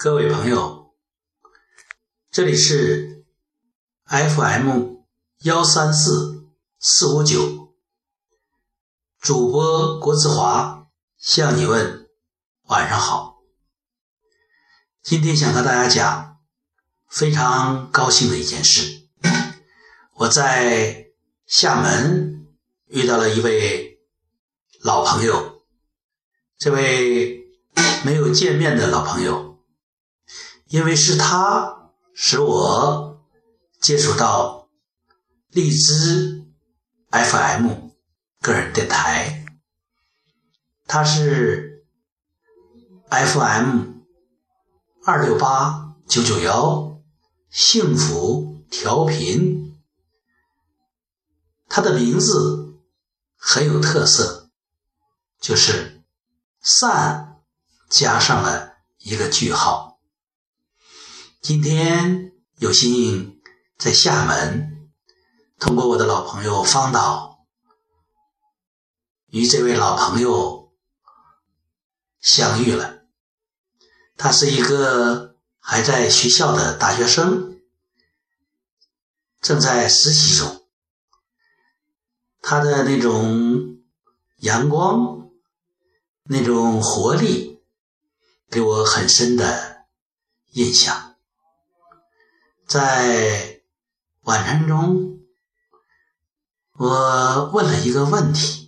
各位朋友，这里是 FM134459，主播郭志华向你问晚上好。今天想和大家讲非常高兴的一件事，我在厦门遇到了一位老朋友，这位没有见面的老朋友，因为是他使我接触到荔枝 FM 个人电台，他是 FM268991 幸福调频，他的名字很有特色，就是善加上了一个句号。今天有幸在厦门通过我的老朋友方导与这位老朋友相遇了。他是一个还在学校的大学生，正在实习中，他的那种阳光，那种活力给我很深的印象。在晚餐中，我问了一个问题，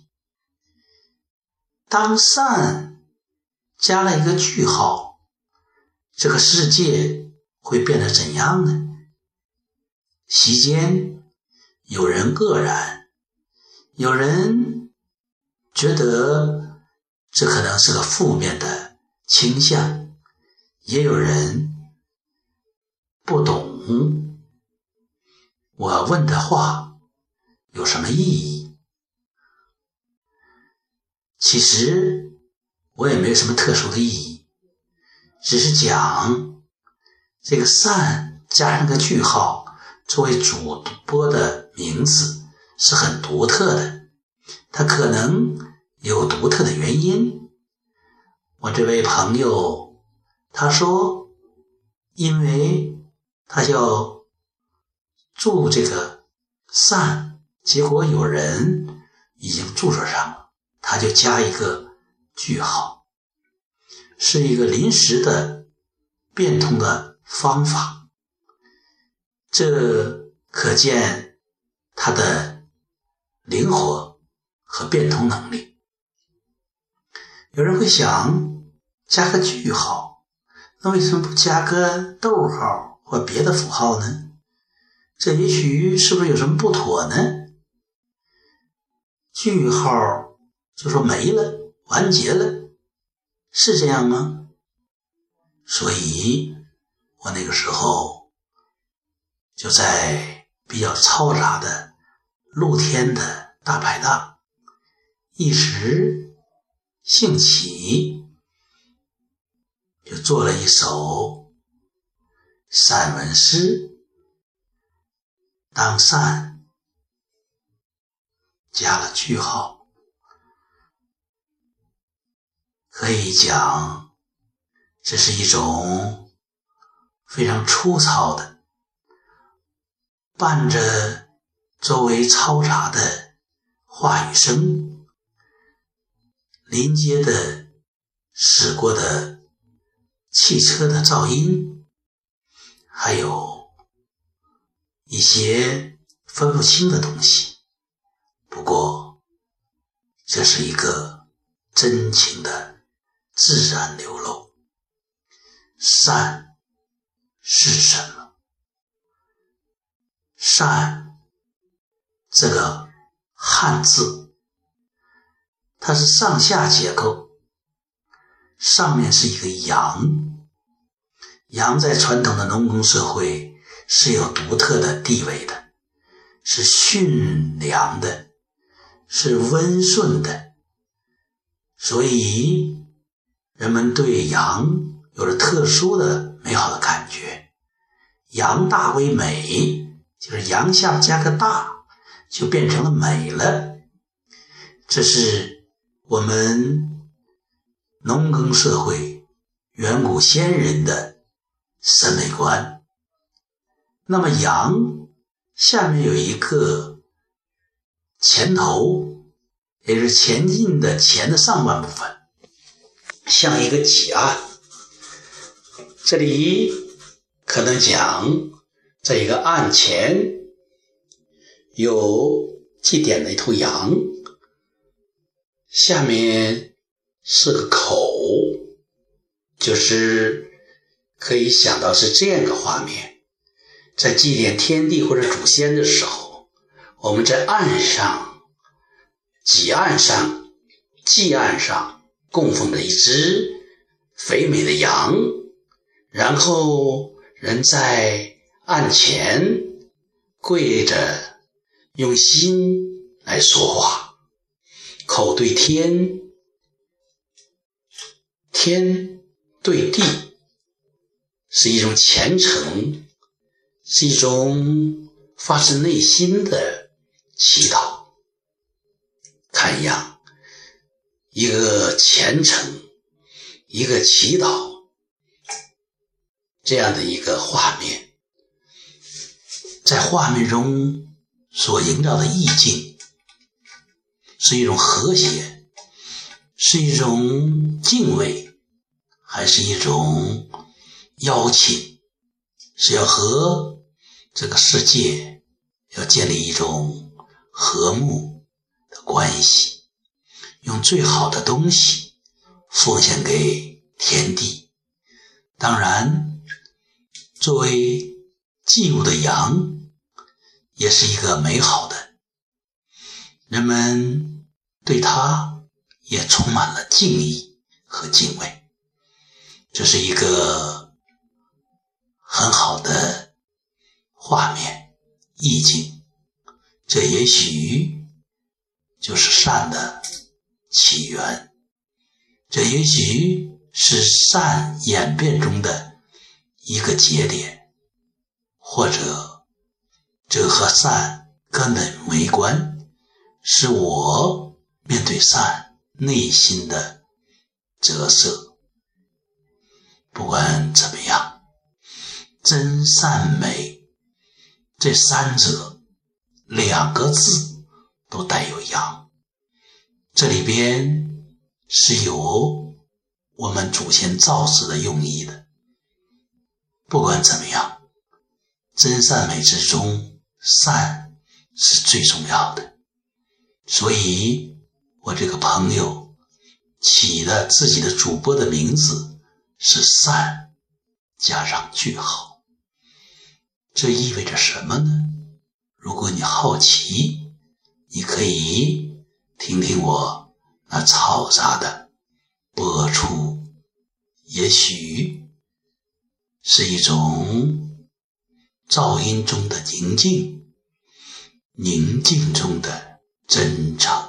当善加了一个句号，这个世界会变得怎样呢？席间有人愕然，有人觉得这可能是个负面的倾向，也有人不懂我问的话有什么意义。其实我也没有什么特殊的意义，只是讲这个善加上个句号作为主播的名字是很独特的，它可能有独特的原因。我这位朋友他说，因为他要注这个善，结果有人已经注册上了，他就加一个句号，是一个临时的变通的方法。这可见他的灵活和变通能力。有人会想，加个句号，那为什么不加个逗号或别的符号呢？这也许是不是有什么不妥呢？句号就说没了，完结了，是这样吗？所以我那个时候就在比较嘈杂的露天的大排档，一时兴起就做了一首散文诗，当善加了句号，可以讲这是一种非常粗糙的，伴着周围嘈杂的话语声，临街的驶过的汽车的噪音，还有一些分不清的东西。不过这是一个真情的自然流露。善是什么？善这个汉字，它是上下结构，上面是一个阳，阳在传统的农耕社会是有独特的地位的，是驯良的，是温顺的，所以人们对阳有着特殊的美好的感觉。阳大为美，就是阳下加个大，就变成了美了。这是我们农耕社会远古先人的审美观。那么阳下面有一个前头，也就是前进的前的上半部分，像一个挤按。这里可能讲在一个案前有祭点的一头羊，下面是个口，就是可以想到是这样的画面。在祭奠天地或者祖先的时候，我们在岸上祭岸上供奉着一只肥美的羊，然后人在案前跪着，用心来说话，口对天，天对地，是一种虔诚，是一种发自内心的祈祷。看样，一个虔诚，一个祈祷，这样的一个画面，在画面中所营造的意境，是一种和谐，是一种敬畏，还是一种邀请，是要和这个世界要建立一种和睦的关系，用最好的东西奉献给天地。当然，作为祭物的羊也是一个美好的，人们对它也充满了敬意和敬畏。这是一个很好的画面意境，这也许就是善的起源，这也许是善演变中的一个节点，或者这和善根本没关，是我面对善内心的折射。不管怎么样，真善美这三者两个字都带有阳，这里边是有我们祖先造字的用意的。不管怎么样，真善美之中，善是最重要的。所以我这个朋友起的自己的主播的名字是善加上句号。这意味着什么呢？如果你好奇，你可以听听我那嘈杂的播出，也许是一种噪音中的宁静，宁静中的真诚。